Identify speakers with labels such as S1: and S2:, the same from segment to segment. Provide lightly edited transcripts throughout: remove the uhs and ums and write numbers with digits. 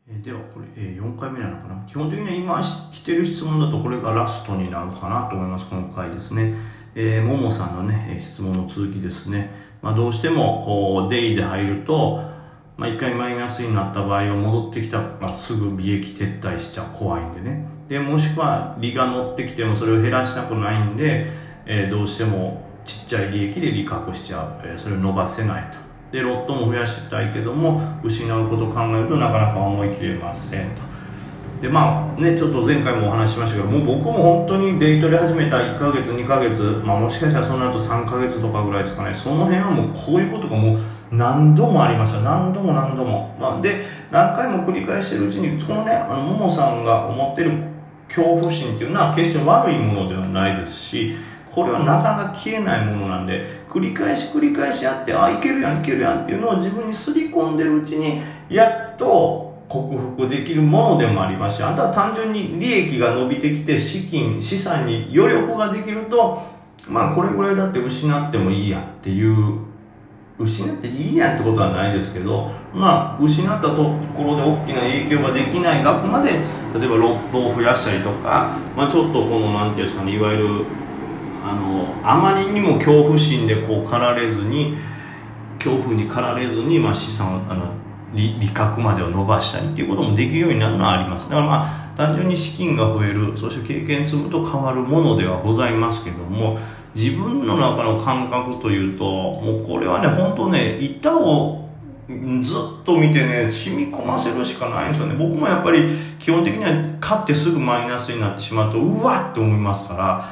S1: ではこれ、4回目なのかな。基本的には今来てる質問だとこれがラストになるかなと思います。この回ですね。ももさんのね、質問の続きですね。どうしてもこうデイで入ると、1回マイナスになった場合は戻ってきたらすぐ利益撤退しちゃう、怖いんでね。でもしくは利が乗ってきてもそれを減らしたくないんで、どうしてもちっちゃい利益で利確しちゃう、それを伸ばせないと。でロットも増やしたいけども失うことを考えるとなかなか思い切れませんと。でちょっと前回もお話ししましたけど、もう僕も本当にデイトレ始めた1ヶ月2ヶ月、もしかしたらその後3ヶ月とかぐらいですかね。その辺はもうこういうことがもう何度もありました。何度も、で何回も繰り返しているうちにこのね、ももさんが思ってる恐怖心っていうのは決して悪いものではないですし、これはなかなか消えないものなんで、繰り返しやって、いけるやんっていうのを自分にすり込んでるうちにやっと克服できるものでもありますし、あとは単純に利益が伸びてきて資産に余力ができると、これぐらいだって失ってもいいやっていう、失っていいやんってことはないですけど、失ったところで大きな影響ができない額まで、例えばロットを増やしたりとか、ちょっとこのなんていうんですかね、いわゆるあまりにも恐怖心で恐怖に駆られずに、資産を利確までを伸ばしたりっていうこともできるようになるのはあります。だから単純に資金が増える、そして経験積むと変わるものではございますけども、自分の中の感覚というと、もうこれはね、本当ね、板をずっと見てね、染み込ませるしかないんですよね。僕もやっぱり基本的には買ってすぐマイナスになってしまうとうわって思いますから、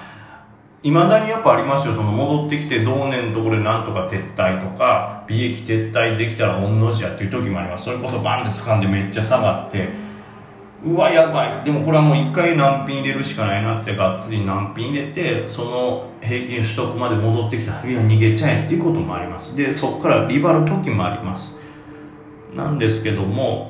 S1: 未だにやっぱありますよ。その戻ってきて同年のところでなんとか撤退とか、利益撤退できたら御の字やっていう時もあります。それこそバンって掴んでめっちゃ下がって、うわやばい、でもこれはもう一回難品入れるしかないなってがっつり難品入れて、その平均取得まで戻ってきたら、いや逃げちゃえっていうこともあります。でそこからリバる時もあります。なんですけども、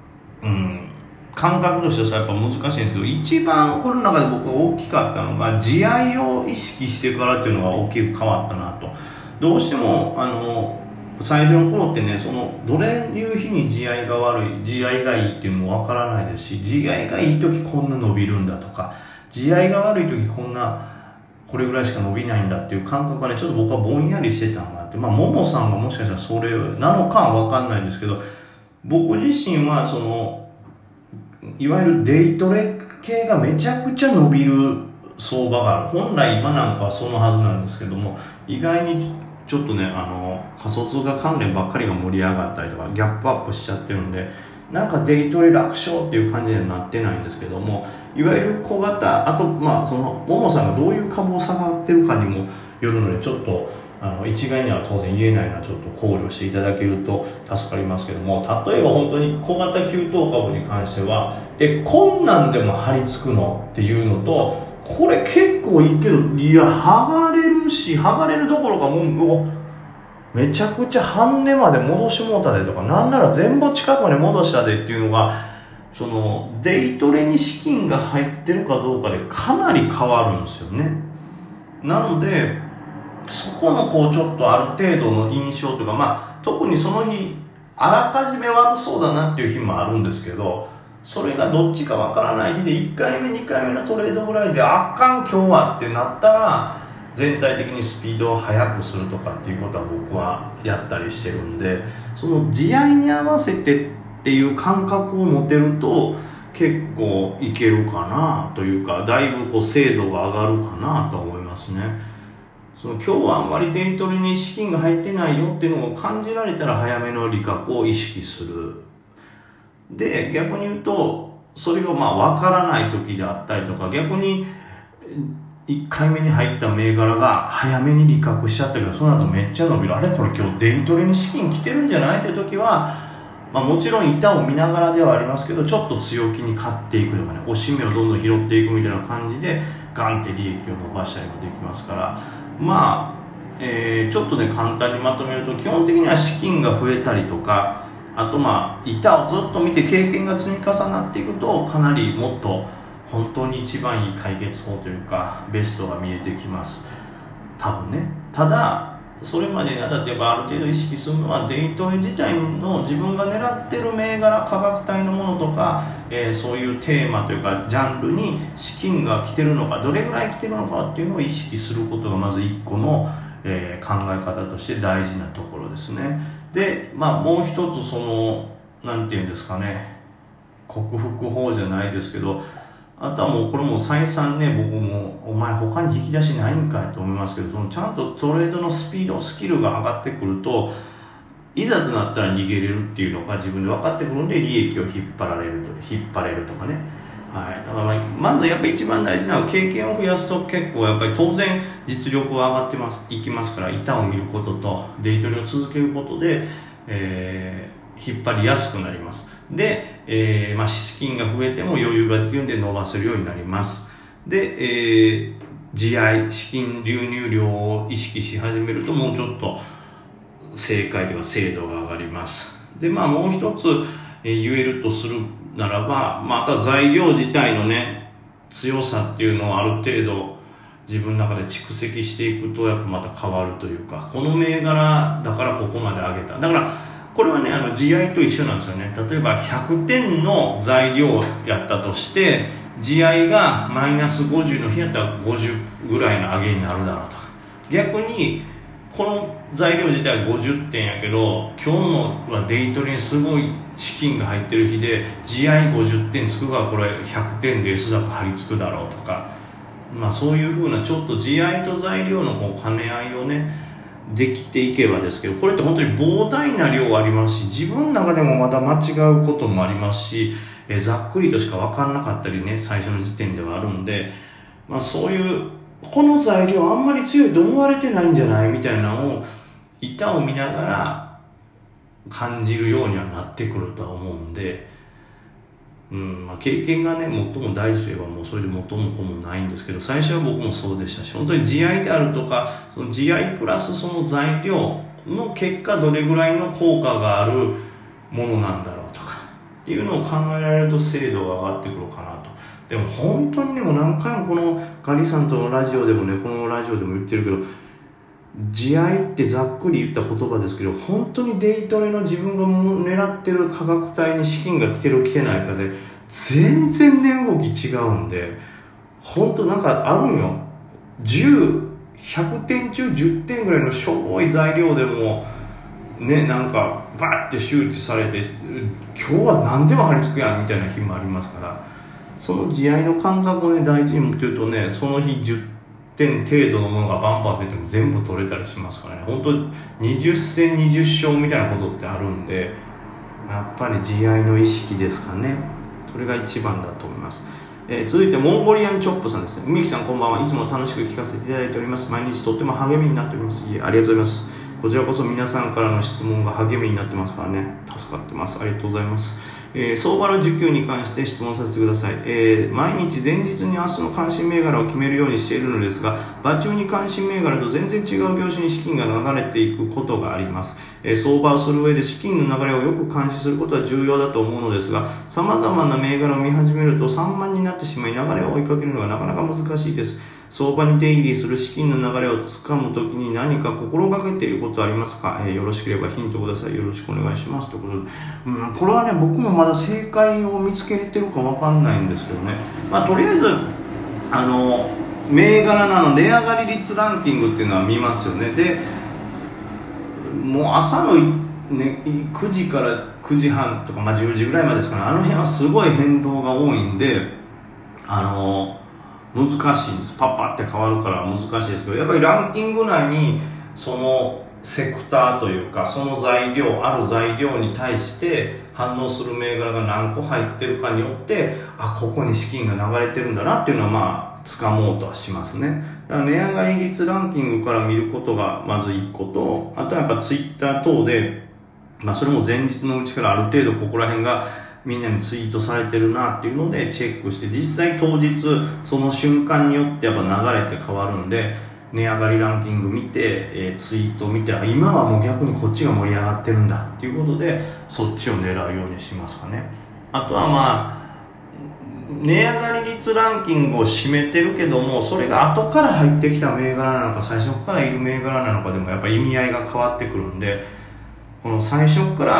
S1: 感覚としてはやっぱ難しいんですけど、一番この中で僕が大きかったのが地合いを意識してからっていうのが大きく変わったなと。どうしても最初の頃ってね、どれいう日に地合いが悪い、地合いがいいっていうのもわからないですし、地合いがいい時こんな伸びるんだとか、地合いが悪い時これぐらいしか伸びないんだっていう感覚がね、ちょっと僕はぼんやりしてたのがあって、ももさんがもしかしたらそれなのかはわかんないですけど、僕自身はいわゆるデイトレ系がめちゃくちゃ伸びる相場がある。本来今なんかはそのはずなんですけども、意外にちょっとね、仮想通貨関連ばっかりが盛り上がったりとか、ギャップアップしちゃってるんで、なんかデイトレ楽勝っていう感じにはなってないんですけども、いわゆる小型、あとももさんがどういう株を下がってるかにもよるので、ちょっと一概には当然言えないのはちょっと考慮していただけると助かりますけども、例えば本当に小型急騰株に関しては、こんなんでも張り付くのっていうのと、これ結構いいけど、いや剥がれるどころかもうめちゃくちゃ半値まで戻しもうたでとか、なんなら全部近くまで戻したでっていうのが、デイトレに資金が入ってるかどうかでかなり変わるんですよね。なのでそこのちょっとある程度の印象というか、特にその日あらかじめ悪そうだなっていう日もあるんですけど、それがどっちかわからない日で1回目2回目のトレードぐらいであかん今日はってなったら、全体的にスピードを速くするとかっていうことは僕はやったりしてるんで、その地合いに合わせてっていう感覚を持てると結構いけるかなというか、だいぶ精度が上がるかなと思いますね。今日はあんまりデイトレに資金が入ってないよっていうのを感じられたら早めの利確を意識する。で逆に言うと、それが分からない時であったりとか、逆に1回目に入った銘柄が早めに利確しちゃったけど、その後めっちゃ伸びる、あれこれ今日デイトレに資金来てるんじゃないっていう時は、もちろん板を見ながらではありますけど、ちょっと強気に買っていくとかね、押し目をどんどん拾っていくみたいな感じでガンって利益を伸ばしたりもできますから、ちょっとね簡単にまとめると、基本的には資金が増えたりとか、あと板をずっと見て経験が積み重なっていくと、かなりもっと本当に一番いい解決法というかベストが見えてきます、多分ね。ただそれまでにあたってある程度意識するのは、デイトレ自体の自分が狙ってる銘柄、価格帯のものとかか、そういうテーマというかジャンルに資金が来てるのか、どれぐらい来てるのかっていうのを意識することがまず一個の、考え方として大事なところですね。で、もう一つなんていうんですかね、克服法じゃないですけど、あとはもうこれも再三ね、僕もお前他に引き出しないんかいと思いますけど、ちゃんとトレードのスピード、スキルが上がってくると、いざとなったら逃げれるっていうのが自分で分かってくるんで、利益を引っ張れるとかね。はい。だからまずやっぱり一番大事なのは経験を増やすと結構やっぱり当然実力は上がっていきますから、板を見ることとデイトレを続けることで、引っ張りやすくなります。で、資金が増えても余裕ができるんで伸ばせるようになります。で、地合い、資金流入量を意識し始めるともうちょっと正解というか精度が上がります。で、もう一つ言えるとするならば、あとは材料自体のね、強さっていうのをある程度自分の中で蓄積していくとやっぱまた変わるというか、この銘柄だからここまで上げた。だからこれはね、地合いと一緒なんですよね。例えば100点の材料やったとして、地合いがマイナス50の日やったら50ぐらいの上げになるだろうとか。逆に、この材料自体は50点やけど、今日のはデイトレにすごい資金が入ってる日で、地合い50点つくからこれ100点で S 高張り付くだろうとか、そういう風なちょっと地合いと材料の兼ね合いをね、できていけばですけど、これって本当に膨大な量ありますし、自分の中でもまだ間違うこともありますし、ざっくりとしか分からなかったりね、最初の時点ではあるんで、そういうこの材料あんまり強いと思われてないんじゃないみたいなのを板を見ながら感じるようにはなってくるとは思うんで、経験がね最も大事といえばもうそれで元も子もないんですけど、最初は僕もそうでしたし、本当に地合いであるとか、その地合いプラスその材料の結果どれぐらいの効果があるものなんだろうとかっていうのを考えられると精度が上がってくるかなと。でも本当にね、もう何回もこのガリさんとのラジオでもね、このラジオでも言ってるけど、地合いってざっくり言った言葉ですけど、本当にデイトレの自分が狙ってる価格帯に資金が来てる来てないかで全然値動き違うんで、本当なんかあるんよ。100点中10点ぐらいのしょぼい材料でもね、なんかバーって周知されて、今日は何でも張り付くやんみたいな日もありますから、その地合いの感覚をね大事に持ってるとね、その日10点程度のものがバンバン出ても全部取れたりしますからね。本当に20戦20勝みたいなことってあるんで、やっぱり地合いの意識ですかね。それが一番だと思います。続いてモンゴリアンチョップさんですね。みきさんこんばんは。いつも楽しく聞かせていただいております。毎日とっても励みになっております。ありがとうございます。こちらこそ皆さんからの質問が励みになってますからね、助かってます。ありがとうございます。相場の需給に関して質問させてください。毎日前日に明日の関心銘柄を決めるようにしているのですが、場中に関心銘柄と全然違う業種に資金が流れていくことがあります。相場をする上で資金の流れをよく監視することは重要だと思うのですが、様々な銘柄を見始めると散漫になってしまい、流れを追いかけるのがなかなか難しいです。相場に出入りする資金の流れをつかむときに何か心がけていることはありますか？よろしければヒントください。よろしくお願いします。ということで、これはね、僕もまだ正解を見つけれてるかわかんないんですけどね。とりあえず、銘柄の値上がり率ランキングっていうのは見ますよね。で、もう朝の、ね、9時から9時半とか、10時ぐらいまでですかね。あの辺はすごい変動が多いんで、難しいんです。パッパって変わるから難しいですけど、やっぱりランキング内にそのセクターというか、そのある材料に対して反応する銘柄が何個入ってるかによって、ここに資金が流れてるんだなっていうのは掴もうとはしますね。だから値上がり率ランキングから見ることがまず1個と、あとはやっぱツイッター等で、それも前日のうちからある程度ここら辺がみんなにツイートされてるなっていうのでチェックして、実際当日その瞬間によってやっぱ流れって変わるんで、値上がりランキング見て、ツイート見て、今はもう逆にこっちが盛り上がってるんだっていうことでそっちを狙うようにしますかね。あとは値上がり率ランキングを占めてるけども、それが後から入ってきた銘柄なのか最初からいる銘柄なのかでもやっぱ意味合いが変わってくるんで、この最初から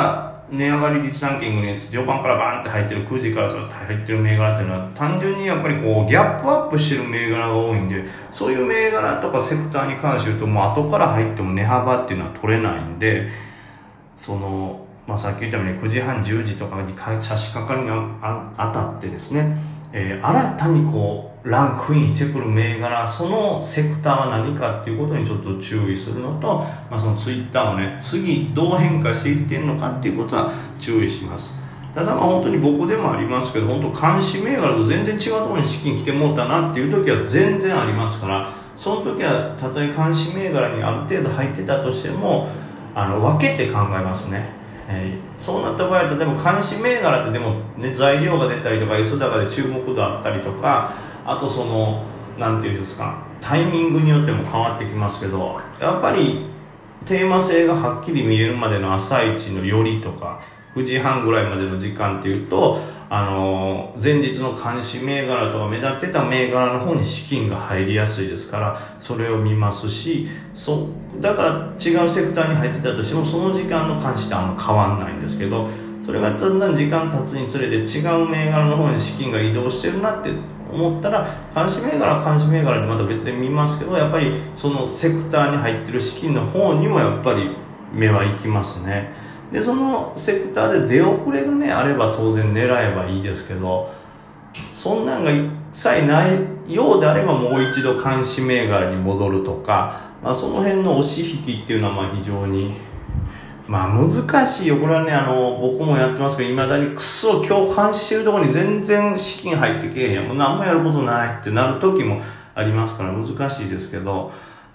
S1: 値上がり率ランキングに序盤からバーンって入ってる、9時からずっと入ってる銘柄っていうのは単純にやっぱりこうギャップアップしてる銘柄が多いんで、そういう銘柄とかセクターに関して言うともう後から入っても値幅っていうのは取れないんで、さっき言ったように9時半10時とかに差し掛かりにあたってですね、新たにこうランクインしてくる銘柄、そのセクターは何かっていうことにちょっと注意するのと、そのツイッターもね、次どう変化していってるのかっていうことは注意します。ただ本当に僕でもありますけど、本当監視銘柄と全然違うところに資金来てもうたなっていう時は全然ありますから、その時はたとえ監視銘柄にある程度入ってたとしても分けて考えますね。そうなった場合は例えば監視銘柄ってでも、ね、材料が出たりとか S 高で注目度あったりとか、あとなんていうんですか、タイミングによっても変わってきますけど、やっぱりテーマ性がはっきり見えるまでの朝一の寄りとか9時半ぐらいまでの時間っていうと前日の監視銘柄とか目立ってた銘柄の方に資金が入りやすいですから、それを見ますし、だから違うセクターに入ってたとしてもその時間の監視ってあんま変わんないんですけど、それがだんだん時間経つにつれて違う銘柄の方に資金が移動してるなって思ったら、監視銘柄は監視銘柄でまた別で見ますけど、やっぱりそのセクターに入ってる資金の方にもやっぱり目は行きますね。でそのセクターで出遅れがねあれば当然狙えばいいですけど、そんなんが一切ないようであればもう一度監視銘柄に戻るとか、その辺の押し引きっていうのは非常に難しいよ。これはね僕もやってますけど、未だに今日監視してるところに全然資金入ってけえへんやん、もう何もやることないってなる時もありますから難しいですけど、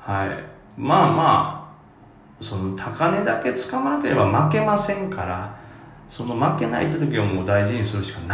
S1: その高値だけ掴まなければ負けませんから、その負けない時はもう大事にするしかない。